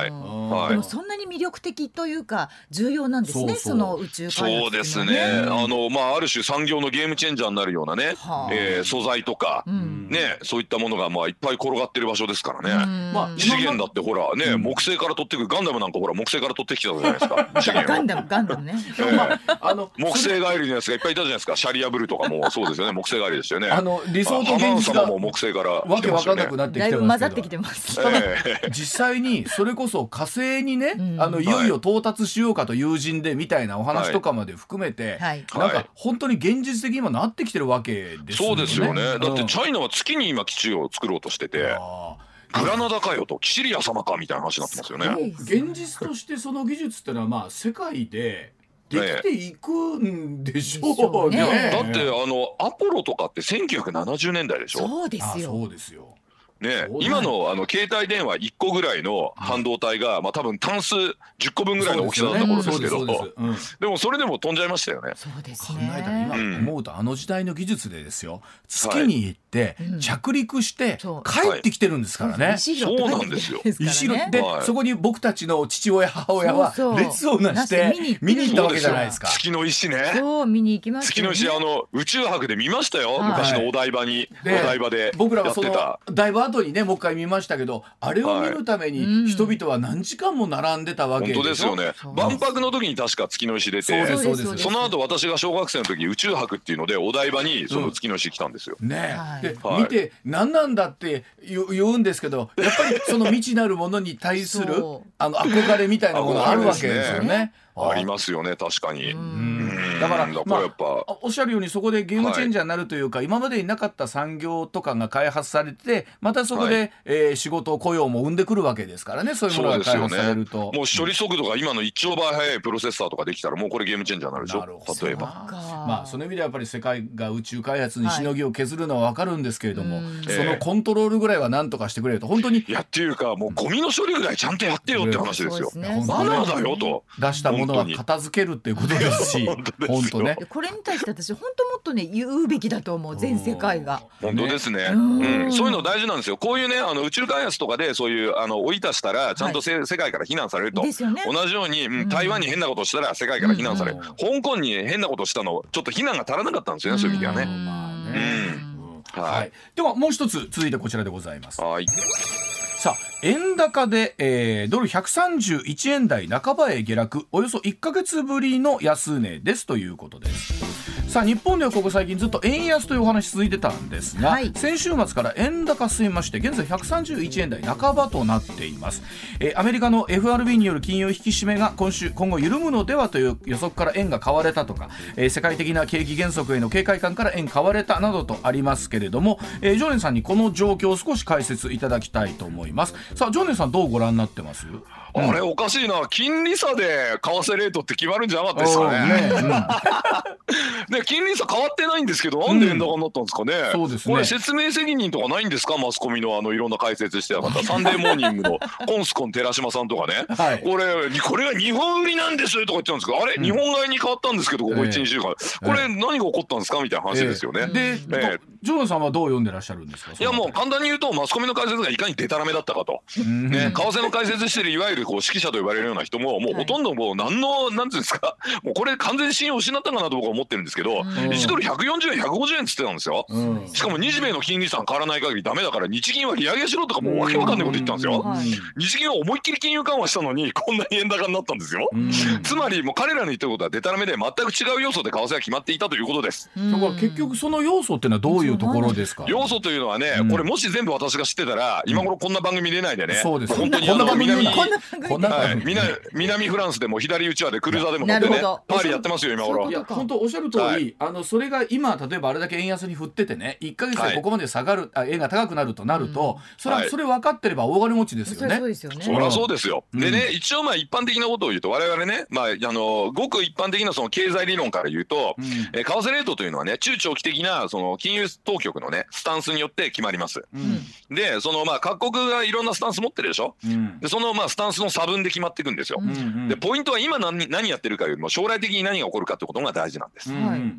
はい、でもそんなに魅力的というか重要なんですね。そうそう、その宇宙開発、ね、 そうですね。あのまあある種産業のゲームチェンジャーになるようなね、はあ、えー、素材とか、うん、ね、そういったものがまあいっぱい転がってる場所ですからね。まあ資源だってほらね、うん、木星から取ってくるガンダムなんかほら木星から取ってきたじゃないですか。資源ガンダムガンダムね。えー、まあ、あの木星帰りのやつがいっぱいいたじゃないですか。シャリアブルとかもそうですよね。木星帰りでしたよね。 あの理想と現実がも木星からわけわかんなくなってきてますけど、だいぶ混ざってきてます。 えー、実際にそれこそ火星にね、うん、あのいよいよ到達しようかと友人でみたいなお話とかまで含めて、はい、なんか本当に現実的に今なってきてるわけですよね。 そうですよね。だってチャイナは月に今基地を作ろうとしてて、グラナダかよとキシリア様かみたいな話になってますよね。 現実としてその技術ってのはまあ世界でできていくんでしょうね。 ね、だってあのアポロとかってせんきゅうひゃくななじゅうねんだいでしょ。 そうですよ。 そうですよ。 ね、今のあの携帯電話いっこぐらいの半導体が、まあ多分単数じゅっこぶんぐらいの大きさだった頃ですけど、でもそれでも飛んじゃいましたよね。 そうですね。 考えたら今思うとあの時代の技術でですよ、月に行って着陸して帰ってきてるんですからね。 そうなんですよ。 石でそこに僕たちの父親母親は列をなして見に行ったわけじゃないですか。 月の石ね。 そう見に行きました。 月の石あの宇宙博で見ましたよ。昔のお台場にお台場で僕らはその台場後にねもう一回見ましたけど、あれを見るために人々は何時間も並んでたわけでしょ。 本当ですよね。万博の時に確か月の石出て、その後私が小学生の時宇宙博っていうのでお台場にその月の石来たんですよ。 ねで見て何なんだって言うんですけど、やっぱりその未知なるものに対するあの憧れみたいなものがあるわけですよね。 ありますよね、確かに。 だから、まあ、おっしゃるようにそこでゲームチェンジャーになるというか、はい、今までになかった産業とかが開発されてまたそこで、はい、えー、仕事雇用も生んでくるわけですからね。そういうものが開発されると、 ね、もう処理速度が今のいっちょうばい速いプロセッサーとかできたらもうこれゲームチェンジャーになるでしょ。例えばまあその意味ではやっぱり世界が宇宙開発にしのぎを削るのは分かるんですけれども、はい、そのコントロールぐらいは何とかしてくれると本当に、 いやっていうかもうゴミの処理ぐらいちゃんとやってよって話ですよ。マナーだよと。 出したものは片付けるっていうことですし本当ね。 これに対して私本当もっとね言うべきだと思う。全世界が本当ですね、うん、そういうの大事なんですよ。こういうねあの宇宙開発とかでそういうあの追い出したらちゃんとせ、はい、世界から非難されると、ね、同じように、うん、台湾に変なことしたら世界から非難される、うん、香港に変なことしたのちょっと非難が足らなかったんですよね、そういう意味ではね。 うんはい、ではもう一つ続いてこちらでございます。 はい。 さあ円高で、えー、ドルひゃくさんじゅういちえん台半ばへ下落、およそいっかげつぶりの安値ですということです。さあ日本ではここ最近ずっと円安というお話続いてたんですが、はい、先週末から円高進みまして現在ひゃくさんじゅういちえん台半ばとなっています。えー、アメリカの エフアールビー による金融引き締めが今週今後緩むのではという予測から円が買われたとか、えー、世界的な景気減速への警戒感から円買われたなどとありますけれども、えー、常連さんにこの状況を少し解説いただきたいと思います。さあ常連さんどうご覧になってます？ あれおかしいな、金利差で為替レートって決まるんじゃなかったですかね。ね、うん、ね金利差変わってないんですけどなんで円高になったんですかね。うん、そうですね。これ説明責任とかないんですか、マスコミのあのいろんな解説してた方サンデーモーニングのコンスコン寺島さんとかね、はい、これこれが日本売りなんですとか言ってたんですけど、あれ、うん、日本買いに変わったんですけどここ いち,に 週間、えー、これ何が起こったんですかみたいな話ですよね。えー、で、 えー、ジョーナさんはどう読んでらっしゃるんですか？ いやもう簡単に言うとマスコミの解説がいかにデタラメだったかと、ね、為替の解説してるいわゆるこう指揮者と呼ばれるような人ももうほとんどもう何のなんていうんですか、もうこれ完全に信用を失ったかなと僕は思ってるんですけど、いちドルひゃくよんじゅうえんひゃくごじゅうえんっつってたんですよ。しかも日米の金利差変わらない限りダメだから日銀は利上げしろとかもうわけわかんないこと言ったんですよ。日銀は思いっきり金融緩和したのにこんなに円高になったんですよ。つまりもう彼らの言ってることはデタラメで全く違う要素で為替が決まっていたということです。 だから結局その要素っていうのはどういうところですか？ 要素というのはね、これもし全部私が知ってたら今頃こんな番組出ないでね、 そうです本当にあの南南フランスでも左打ち輪でクルーザーでも乗ってねパーリーやってますよ今頃。 いや本当おっしゃる通り、はい、あのそれが今例えばあれだけ円安に振っててねいっかげつでここまで下がる、はい、あ円が高くなるとなると、うん、それはそれ分かってれば大金持ちですよね。 そうですよね。 そりゃそうですよ。うん、でね一応まあ一般的なことを言うと我々ね、まあ、あのごく一般的なその経済理論から言うと、うん、え為替レートというのはね中長期的なその金融当局のねスタンスによって決まります。うん、でそのまあ各国がいろんなスタンス持ってるでしょ。うん、でそのまあスタンスの差分で決まっていくんですよ。うんうん、でポイントは今何何やってるかよりも将来的に何が起こるかってことが大事なんです。うん、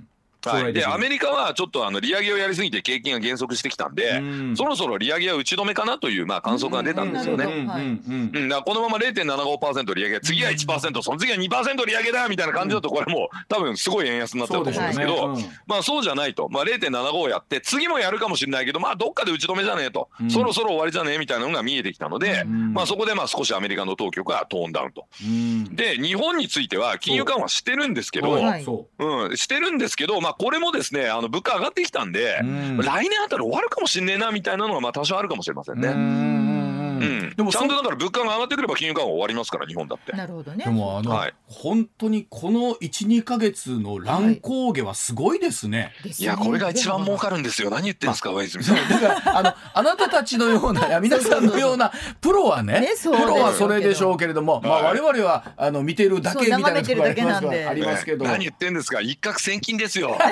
はい、でアメリカはちょっとあの利上げをやりすぎて景気が減速してきたんで、うん、そろそろ利上げは打ち止めかなという、まあ、観測が出たんですよね。このまま れいてんななごパーセント 利上げ、次は いちパーセント、その次は にパーセント 利上げだみたいな感じだと、これもう多分すごい円安になってると思うんですけど、そうですね、うん、まあそうじゃないと、まあ、れいてんななご をやって次もやるかもしれないけど、まあどっかで打ち止めじゃねえと、うん、そろそろ終わりじゃねえみたいなのが見えてきたので、うん、まあそこでまあ少しアメリカの当局はトーンダウンと、うん、で日本については金融緩和してるんですけど、うん、してるんですけど、まあこれもですね、あの物価上がってきたんで、うん、来年あたり終わるかもしれねえなみたいなのがまあ多少あるかもしれませんね。うんうん、でもちゃんとだから物価が上がってくれば金融緩和終わりますから日本だって。 なるほどね。 でもあの、はい、本当にこの いち,に ヶ月の乱高下はすごいですね。 はい、いやこれが一番儲かるんですよ。何言ってんですか上泉さん。 だからあのあなたたちのような皆さんのようなプロは ね, ねプロはそれでしょうけれども、まあ、我々はあの見てるだけみたいなところがありますけど、 何言ってんですか、一攫千金ですよ。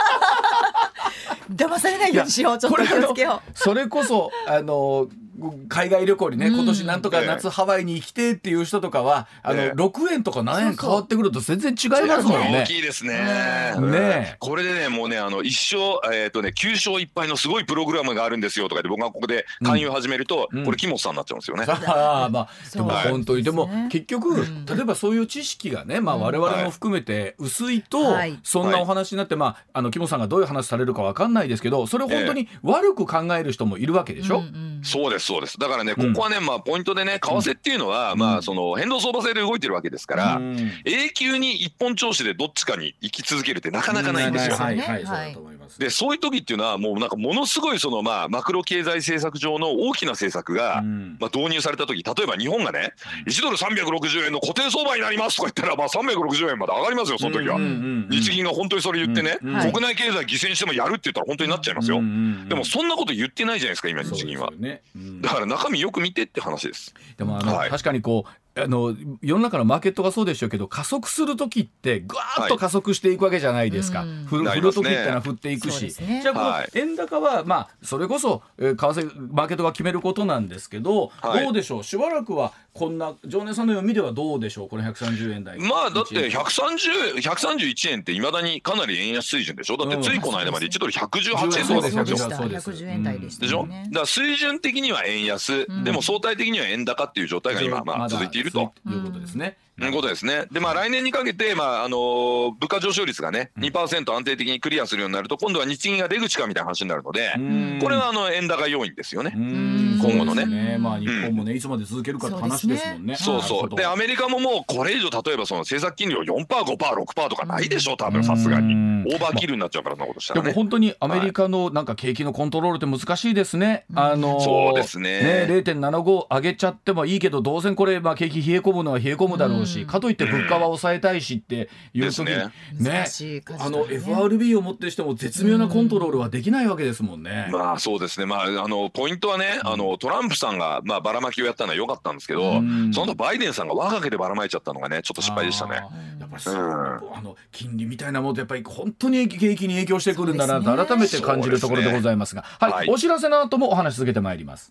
騙されないようにしよう、ちょっと気をつけよう。 それこそあの海外旅行にね、今年なんとか夏ハワイに行きてっていう人とかは、あのろくえんとかななえん変わってくると全然違いますもんね。 大きいですね。ね、これでねもうねあの一生えっとねきゅう勝いっぱいのすごいプログラムがあるんですよとかで僕がここで勧誘始めると、これ木本さんになっちゃうんですよね。 ああまあでも本当にでも結局例えばそういう知識がね、まあ我々も含めて薄いとそんなお話になって、まああの木本さんがどういう話されるかわかんないですけど、それを本当に悪く考える人もいるわけでしょ。 そうですそうです。だからねここはね、まあポイントでね為替っていうのは、まあその変動相場制で動いてるわけですから、永久に一本調子でどっちかに行き続けるってなかなかないんですよ。 はいはいそうだと思います。 でそういう時っていうのはもうなんかものすごいそのまあマクロ経済政策上の大きな政策がまあ導入された時、例えば日本がねいちドルさんびゃくろくじゅうえんの固定相場になりますとか言ったら、まあさんびゃくろくじゅうえんまで上がりますよその時は。日銀が本当にそれ言ってね、国内経済犠牲にしてもやるって言ったら本当になっちゃいますよ。でもそんなこと言ってないじゃないですか今日銀は。だから中身よく見てって話です。 でもあの、はい、確かにこうあの世の中のマーケットがそうでしょうけど、加速する時ってぐわーっと加速していくわけじゃないですか。はい、振る時っていうのは振っていくし、ね、じゃあこの円高は、まあそれこそ、えー、為替マーケットが決めることなんですけど、はい、どうでしょうしばらくはこんな常連さんの読みではどうでしょうこのひゃくさんじゅうえん台。 まあだってひゃくさんじゅう、ひゃくさんじゅういちえんっていまだにかなり円安水準でしょ。だってついこの間までいちドルひゃくじゅうはちえんとかだったんですよ。 ひゃくじゅうえん台でしたね。 でしょ。だから水準的には円安、うん、でも相対的には円高っていう状態が今まあ続いているということですね。 ということですね。でまあ来年にかけて、まああのー、物価上昇率がね にパーセント 安定的にクリアするようになると、今度は日銀が出口かみたいな話になるので、これはあの円高要因ですよね今後のね。 ねまあ、日本もね、うん、いつまで続けるかって話ですもんね。 そうそう。でアメリカももうこれ以上例えばその政策金利を よんパーセント、ごパーセント、ろくパーセント とかないでしょ多分さすがに。オーバーキルになっちゃうからそんなことしたらね。 でも本当にアメリカのなんか景気のコントロールって難しいですね。 はい、あのー、そうですね。 ね れいてんななご 上げちゃってもいいけど、どうせこれまあ景気冷え込むのは冷え込むだろうし、かといって物価は抑えたいしっていう時にね、ねあの エフアールビー をもってしても絶妙なコントロールはできないわけですもんね。 まあそうですね。まああのポイントはね、あのトランプさんがまあばらまきをやったのは良かったんですけど、その後バイデンさんが若気でばらまいちゃったのがねちょっと失敗でしたね。 やっぱりそう、うん、あの金利みたいなものってやっぱり本当に景気に影響してくるんだなと改めて感じるところでございますが、はい、はい、お知らせの後もお話し続けてまいります。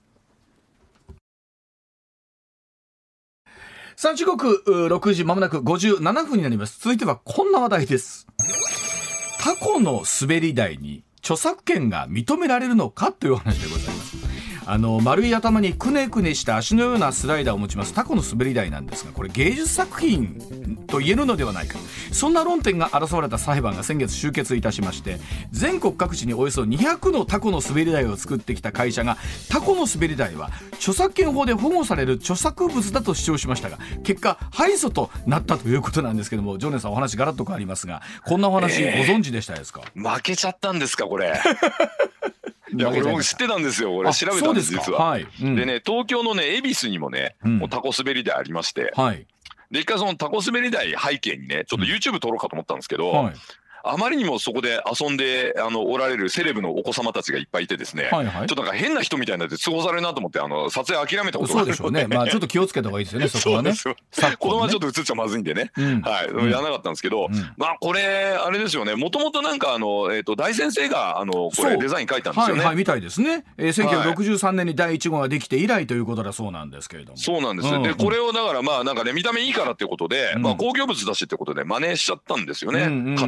さあ時刻ろくじまもなくごじゅうななふんになります。続いてはこんな話題です。タコの滑り台に著作権が認められるのかという話でございます。あの丸い頭にくねくねした足のようなスライダーを持ちますタコの滑り台なんですが、これ芸術作品と言えるのではないか、そんな論点が争われた裁判が先月終結いたしまして、全国各地におよそにひゃくのタコの滑り台を作ってきた会社が、タコの滑り台は著作権法で保護される著作物だと主張しましたが、結果敗訴となったということなんですけども、常連さんお話ガラッと変わりますが、こんなお話ご存知でしたですか？ えー、負けちゃったんですかこれ。いやこれ僕知ってたんですよ。これ調べたんです実は。はい、うん、でね東京のね恵比寿にもね、うん、もうタコ滑り台ありまして、はい、で一回そのタコ滑り台背景にねちょっと YouTube 撮ろうかと思ったんですけど、はい、あまりにもそこで遊んであのおられるセレブのお子様たちがいっぱいいてですね、はいはい、ちょっとなんか変な人みたいになって通報されるなと思ってあの撮影諦めたことがあるので。 そうでしょうね。まあちょっと気をつけた方がいいですよねそこはね。 そうですよ。子供はちょっと映っちゃまずいんでね、うん、はい、うん、やらなかったんですけど、うん、まあこれあれですよね。もともとなんかあのえっ、ー、と大先生があのこれデザイン書いたんですよね。 はいはいみたいですね。えー、せんきゅうひゃくろくじゅうさんねんにだいいち号ができて以来ということだそうなんですけれども。 そうなんです。うん、でこれをだからまあなんかね見た目いいからってことで、うん、まあ工業物だしってことで真似しちゃったんですよね、うんうんうん、勝手にね。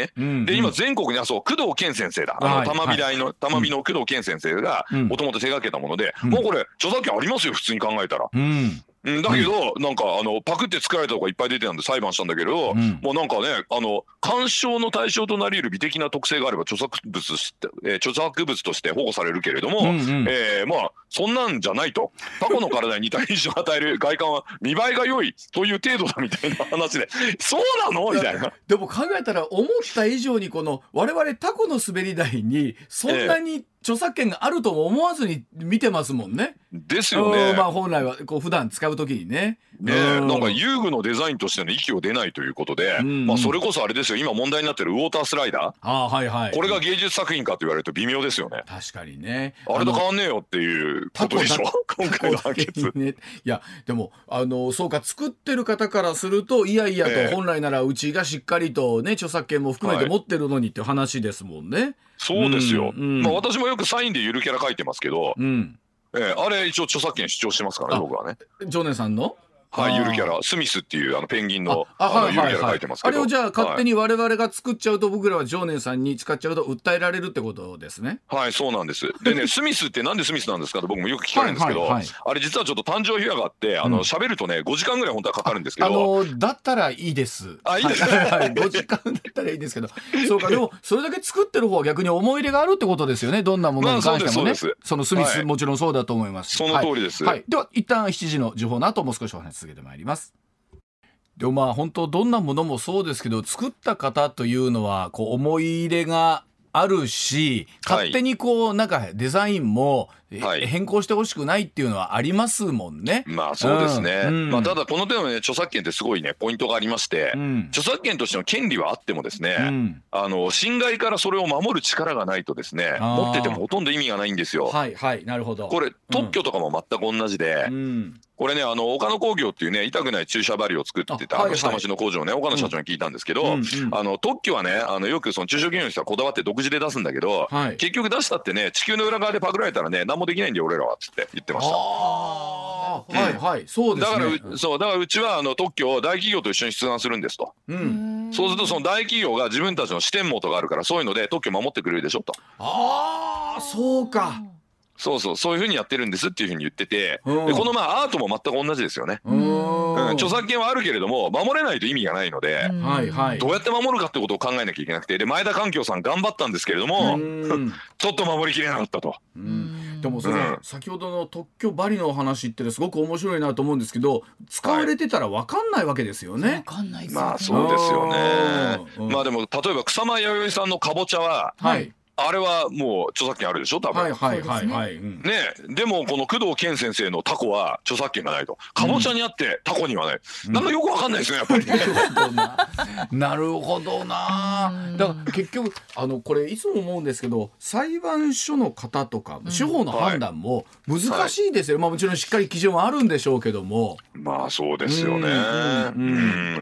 ね。うん、で今全国にあそう工藤健先生だ、あの玉美大の玉美の工藤健先生がもともと手掛けたもので、うん、もうこれ著作権ありますよ普通に考えたら。うんだけど、うん、なんかあのパクって作られたとかいっぱい出てたんで裁判したんだけど、うん、もうなんかねあの鑑賞の対象となり得る美的な特性があれば著作物、えー、著作物として保護されるけれども、うんうん、えー、まあそんなんじゃないと、タコの体に似た印象を与える外観は見栄えが良いという程度だみたいな話でそうなのみたいな。 でも考えたら思った以上にこの我々タコの滑り台にそんなに、えー著作権があるとも思わずに見てますもんね。 ですよね。 まあ本来はこう普段使うときにね。 ねえ、なんか遊具のデザインとしての息を出ないということで、うんうん、まあそれこそあれですよ今問題になってるウォータースライダー。あ、はいはい。これが芸術作品かと言われると微妙ですよね。 確かにね。 あれと変わんねえよっていうことでしょ。今回の判決。 ね、いやでもあのそうか作ってる方からするといやいやと、えー、本来ならうちがしっかりとね著作権も含めて持ってるのにっていう話ですもんね。はい、 そうですよ、うんうん、まあ私もよくサインでゆるキャラ書いてますけど、うん、えー、あれ一応著作権主張してますからね僕はね。 常念さんのはい、ゆるキャラスミスっていうあのペンギンのあのゆるキャラ書いてますけど、 あれをじゃあ勝手に我々が作っちゃうと、僕らは常念さんに使っちゃうと訴えられるってことですね。 はい、そうなんです。でねスミスってなんでスミスなんですかと僕もよく聞かれるんですけど、はいはいはい、あれ実はちょっと誕生秘話があってあの喋、うん、るとねごじかんぐらい本当はかかるんですけど、あのだったらいいです。 あいいですね、 はい、ごじかんだったらいいですけどそうかでもそれだけ作ってる方は逆に思い入れがあるってことですよね。どんなものに関してもね、まあ、そ, そのスミス、はい、もちろんそうだと思います。 その通りです、 はいはい、では一旦しちじの時報の後もう少しお話続けてまいります。でもまあ本当どんなものもそうですけど作った方というのはこう思い入れがあるし勝手にこうなんかデザインも変更してほしくないっていうのはありますもんね。 まあそうですね、うん、まあただこの点のね著作権ってすごいねポイントがありまして、うん、著作権としての権利はあってもですね、うん、あの侵害からそれを守る力がないとですね持っててもほとんど意味がないんですよ。 はいはいなるほど。 これ特許とかも全く同じで、うん、これねあの岡野工業っていうね痛くない注射針を作ってたあの下町の工場をね岡野社長に聞いたんですけど、うんうん、あの特許はねあのよくその中小企業の人はこだわって独自で出すんだけど、はい、結局出したってね地球の裏側でパクられたらね何もできないんで俺らはつって言ってました。 あ、うん、はいはいそうですね。 だからそうだからうちはあの特許を大企業と一緒に出願するんですと、うん、そうするとその大企業が自分たちの視点元があるからそういうので特許守ってくれるでしょと。 ああそうか。 そうそうそういうふうにやってるんですっていうふうに言ってて、でこのまあアートも全く同じですよね。うん、著作権はあるけれども守れないと意味がないので、どうやって守るかってことを考えなきゃいけなくて、で前田環境さん頑張ったんですけれどもちょっと守りきれなかったと。 うんでもそれ、うん、先ほどの特許針の話ってすごく面白いなと思うんですけど使われてたら分かんないわけですよね。 分かんないですよね。まあそうですよね。まあでも例えば草間彌生さんのかぼちゃは、はいあれはもう著作権あるでしょ多分。 はいはいはいはい。ねでもこの工藤健先生のタコは著作権がないと。かぼちゃにあってタコにはない。うん、なんかよくわかんないですねやっぱり。 なるほどな。だから結局あのこれいつも思うんですけど裁判所の方とか司法の判断も難しいですよ。はい、まあもちろんしっかり基準はあるんでしょうけども。 まあそうですよね。うんうん、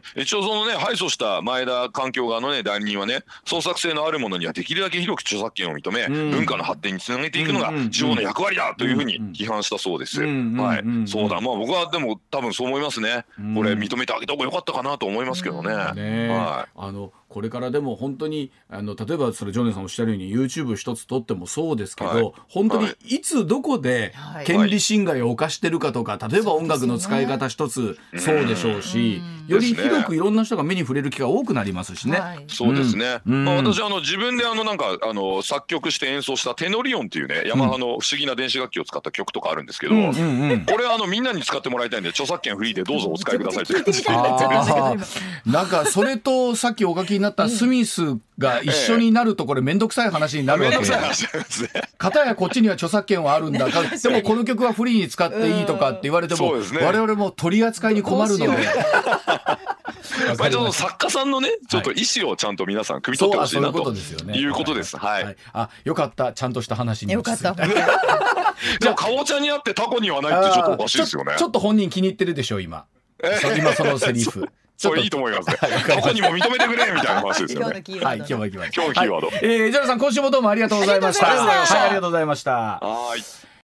一応そのね敗訴した前田環境側のね代理人はね創作性のあるものにはできるだけ広く著作権を認め、うん、文化の発展につなげていくのが司法の役割だというふうに批判したそうです。はい、そうだまあ僕はでも多分そう思いますね。これ認めてあげた方が良かったかなと思いますけどね。 ねはい、あのこれからでも本当にあの例えばそれ常念さんおっしゃるように YouTube 一つ撮ってもそうですけど、はい、本当にいつどこで権利侵害を犯してるかとか、例えば音楽の使い方一つそうでしょうし、より広くいろんな人が目に触れる機会が多くなりますしね。はい、 そうですね。うんまあ、私あの自分であのなんかあの作曲して演奏したテノリオンっていうねヤマハの不思議な電子楽器を使った曲とかあるんですけど、うんうんうん、これあのみんなに使ってもらいたいんで著作権フリーでどうぞお使いくださいという感じでなんかそれとさっきお書きになったスミスが一緒になるとこれ面倒くさい話になるわけで、片やこっちには著作権はあるんだからでもこの曲はフリーに使っていいとかって言われても、ね、我々も取り扱いに困るのでまあ、ちょっと作家さんのねちょっと意思をちゃんと皆さん汲み取ってほしいなということです。はい、はい、 あよかったちゃんとした話によかったでもかぼちゃにあってタコにはないってちょっとおかしいですよね。 ちょっと本人気に入ってるでしょ今、えー、今そのセリフそういいと思いますね。タコにも認めてくれみたいな話ですよね。 はい今日も行きましょう。 今日のキーワード、 はい、えー、ジョルさん今週もどうもありがとうございました。はいありがとうございました。 はい